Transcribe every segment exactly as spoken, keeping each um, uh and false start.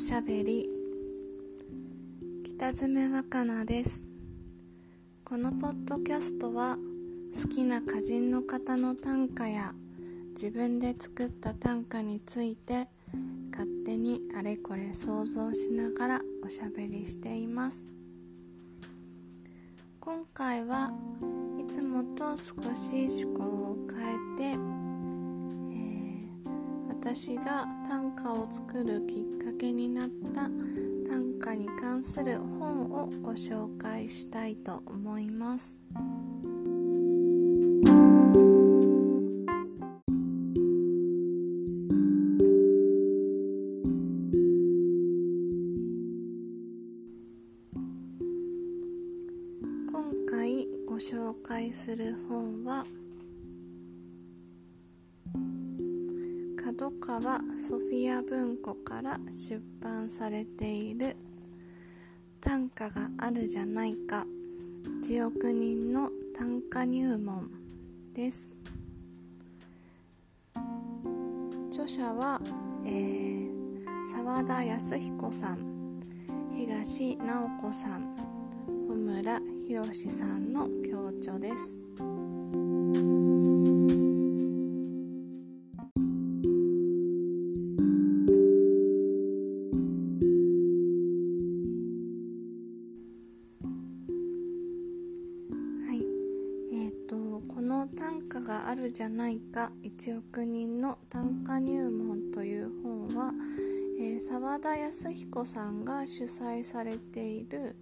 しゃべり北爪若菜です。このポッドキャストは好きな歌人の方の短歌や自分で作った短歌について勝手にあれこれ想像しながらおしゃべりしています。今回はいつもと少し趣向を変えて、えー、私が短歌を作るきっかけになった短歌に関する本をご紹介したいと思います。今回ご紹介する本は角川ソフィア文庫から出版されている短歌があるじゃないかいちおく人の短歌入門です。著者は、えー、澤田康彦さん、東直子さん、穂村博さんの共著です。短歌があるじゃないかいちおく人の短歌入門という本は、えー、澤田康彦さんが主催されている、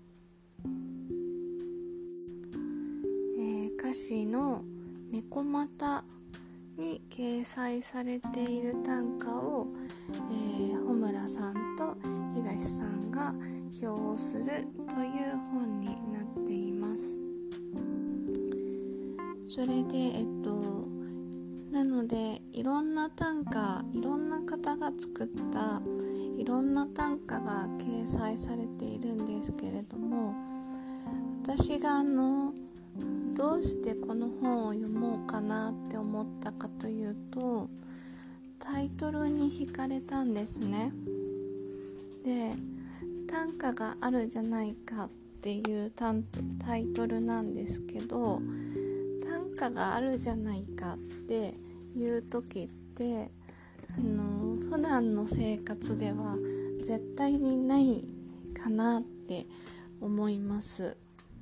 えー、歌詞の猫又に掲載されている短歌を、えー、穂村さんと東さんが評するという本になっています。それでえっとなのでいろんな短歌、いろんな方が作ったいろんな短歌が掲載されているんですけれども、私があのどうしてこの本を読もうかなって思ったかというと、タイトルに惹かれたんですね。で、短歌があるじゃないかっていうタイトルなんですけど、短歌があるじゃないかっていう時ってあの普段の生活では絶対にないかなって思います。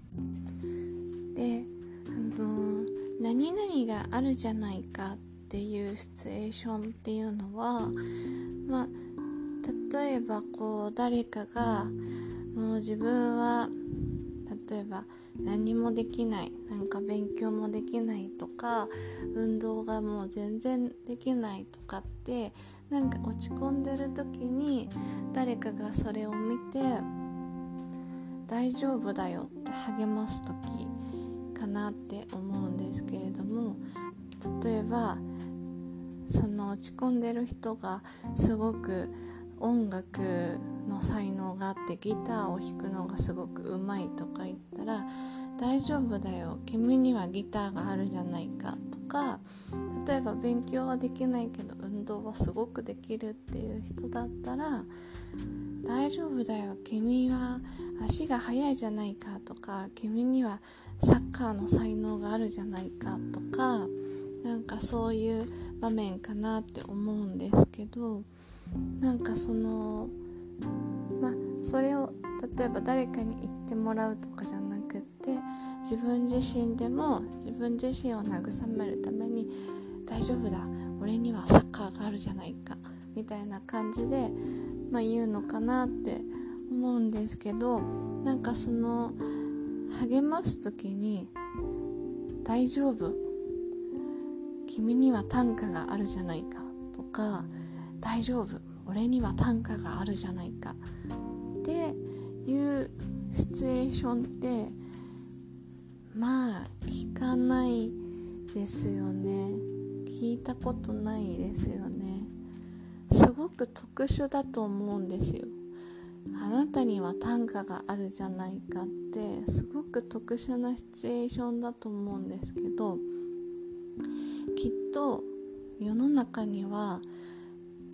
で、あの何々があるじゃないかっていうシチュエーションっていうのは、まあ、例えばこう誰かがもう自分は例えば何もできない、なんか勉強もできないとか運動がもう全然できないとかってなんか落ち込んでる時に誰かがそれを見て大丈夫だよって励ます時かなって思うんですけれども、例えばその落ち込んでる人がすごく音楽の才能があってギターを弾くのがすごくうまいとか言ったら、大丈夫だよ、君にはギターがあるじゃないかとか、例えば勉強はできないけど運動はすごくできるっていう人だったら、大丈夫だよ、君は足が速いじゃないかとか、君にはサッカーの才能があるじゃないかとか、なんかそういう場面かなって思うんですけど、なんかそのまあそれを例えば誰かに言ってもらうとかじゃなくって、自分自身でも自分自身を慰めるために、大丈夫だ、俺にはサッカーがあるじゃないかみたいな感じで、まあ、言うのかなって思うんですけど、なんかその励ます時に大丈夫、君には短歌があるじゃないかとか、大丈夫、俺には短歌があるじゃないかっていうシチュエーションってまあ聞かないですよね。聞いたことないですよね。すごく特殊だと思うんですよ。あなたには短歌があるじゃないかってすごく特殊なシチュエーションだと思うんですけど、きっと世の中には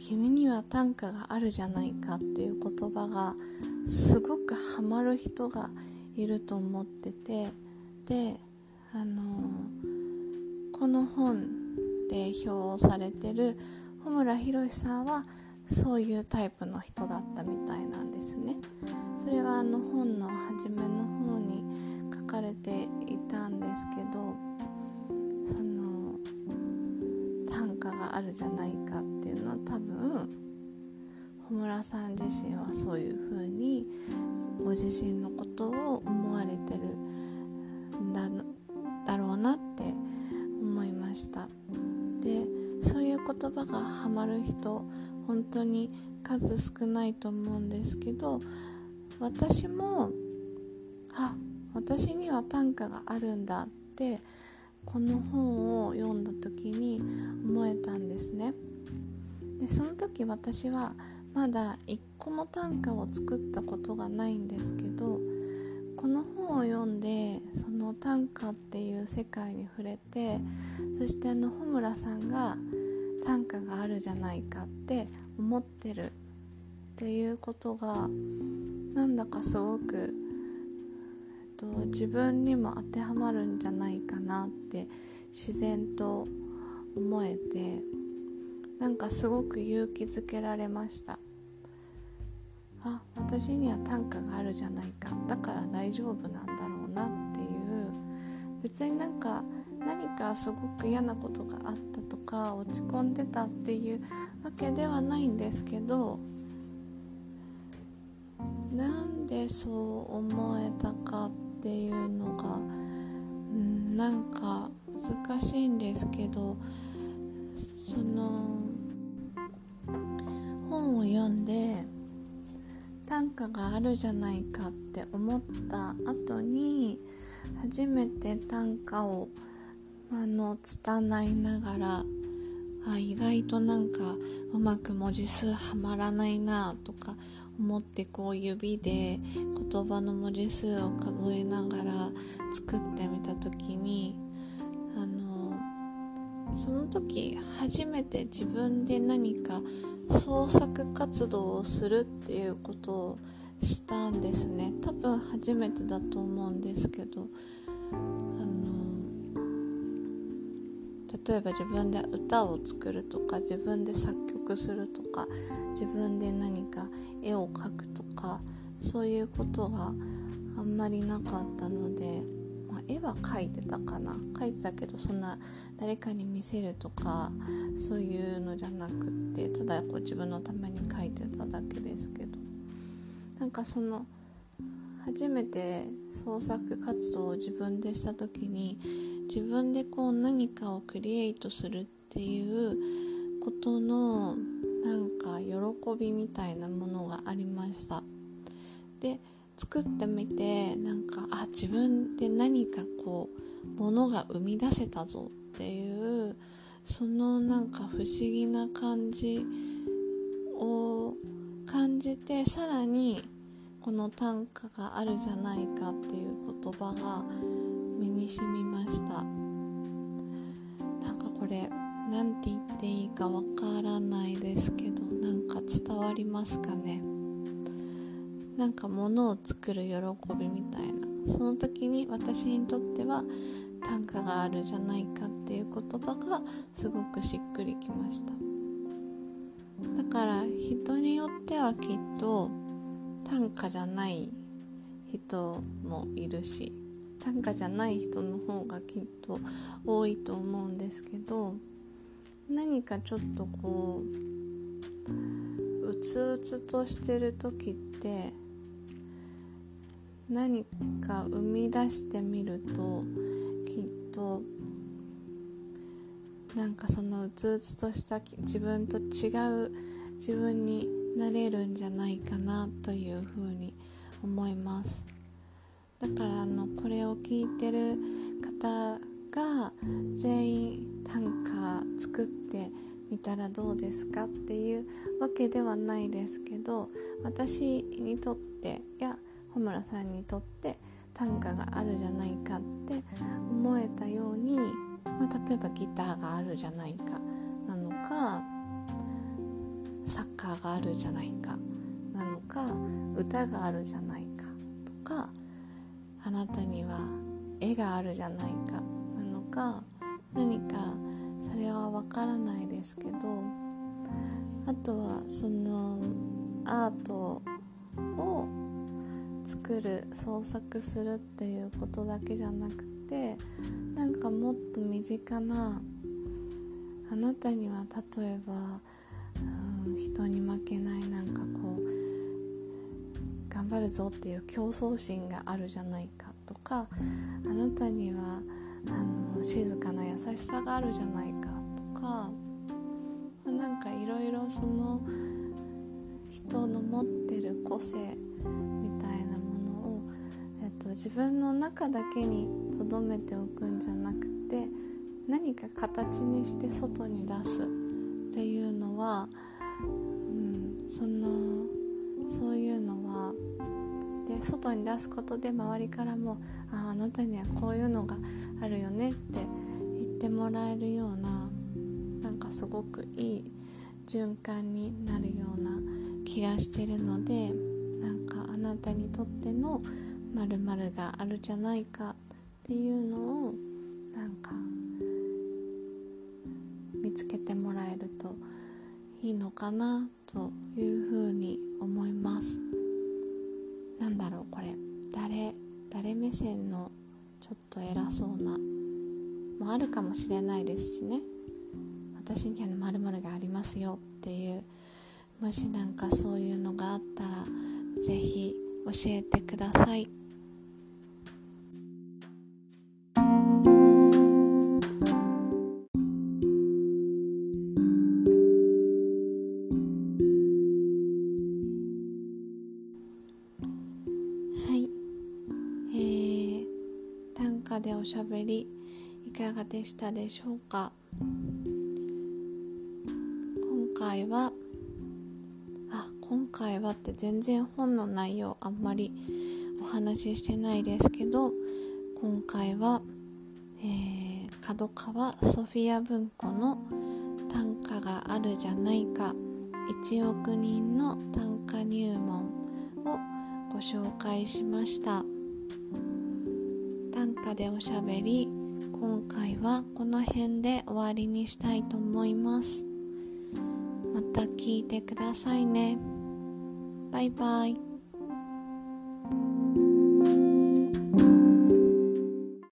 君には短歌があるじゃないかっていう言葉がすごくハマる人がいると思ってて、で、あのこの本で評されてる穂村弘さんはそういうタイプの人だったみたいなんですね。それはあの本の初めの方に書かれていたんですけど、その短歌があるじゃないかっていうのは多分穂村さん自身はそういうふうにご自身のことを思われてるん だ, だろうなって思いました。で、そういう言葉がハマる人本当に数少ないと思うんですけど、私もあ、私には短歌があるんだってこの本を読んだ時に思えたんですね。で、その時私はまだ一個も短歌を作ったことがないんですけど、この本を読んでその短歌っていう世界に触れて、そしてあの穂村さんが短歌があるじゃないかって思ってるっていうことがなんだかすごく、えっと、自分にも当てはまるんじゃないかなって自然と思えて、なんかすごく勇気づけられました。あ、私には短歌があるじゃないか、だから大丈夫なんだろうなっていう、別になんか何かすごく嫌なことがあったとか落ち込んでたっていうわけではないんですけど、なんでそう思えたかっていうのが、うん、なんか難しいんですけど、その本を読んで短歌があるじゃないかって思った後に初めて短歌をあの拙いながら、あ、意外となんかうまく文字数はまらないなとか思って、こう指で言葉の文字数を数えながら作ってみた時に、あのその時初めて自分で何か創作活動をするっていうことをしたんですね。多分初めてだと思うんですけど、あの例えば自分で歌を作るとか、自分で作曲するとか、自分で何か絵を描くとか、そういうことがあんまりなかったので、まあ、絵は描いてたかな描いてたけど、そんな誰かに見せるとかそういうのじゃなくって、ただこう自分のために描いてただけですけど、なんかその初めて創作活動を自分でした時に、自分でこう何かをクリエイトするっていうことのなんか喜びみたいなものがありました。で、作ってみて、なんかあ、自分で何かこうものが生み出せたぞっていう、そのなんか不思議な感じを感じて、さらにこの短歌があるじゃないかっていう言葉が身に染みました。なんかこれなんて言っていいかわからないですけど、なんか伝わりますかね。なんか物を作る喜びみたいな、その時に私にとっては短歌があるじゃないかっていう言葉がすごくしっくりきました。だから人によってはきっと短歌じゃない人もいるし、短歌じゃない人の方がきっと多いと思うんですけど、何かちょっとこううつうつとしてる時って何か生み出してみると、きっとなんかそのうつうつとした自分と違う自分になれるんじゃないかなというふうに思います。だからあのこれを聞いてる方が全員短歌作ってみたらどうですかっていうわけではないですけど、私にとってや穂村さんにとって短歌があるじゃないかって思えたように、まあ、例えばギターがあるじゃないかなのか、 サッカーがあるじゃないかなのか、歌があるじゃないかとか、あなたには絵があるじゃないかなのか、何かそれはわからないですけど、あとはそのアートを作る、創作するっていうことだけじゃなくて、なんかもっと身近な、あなたには例えば、うん、人に負けないなんかこう頑張るぞっていう競争心があるじゃないかとか、あなたにはあの静かな優しさがあるじゃないかとか、なんかいろいろその人の持ってる個性みたいなものを、えっと、自分の中だけに留めておくんじゃなくて、何か形にして外に出すっていうのは、うん、そのそういうのはで外に出すことで周りからも、あ、あなたにはこういうのがあるよねって言ってもらえるような、なんかすごくいい循環になるような気がしてるので、なんかあなたにとっての〇〇があるじゃないかっていうのをなんか見つけてもらえるといいのかなというふうに思います。なんだろうこれ、誰誰目線のちょっと偉そうなもあるかもしれないですしね。私には〇〇がありますよっていう、もしなんかそういうのがあったらぜひ教えてください。はい、えー、短歌でおしゃべりいかがでしたでしょうか。今回はあ今回はって全然本の内容あんまりお話ししてないですけど、今回は、えー、角川ソフィア文庫の短歌があるじゃないかいちおく人の短歌入門をご紹介しました。短歌でおしゃべり、今回はこの辺で終わりにしたいと思います。また聞いてくださいね。バイバイ。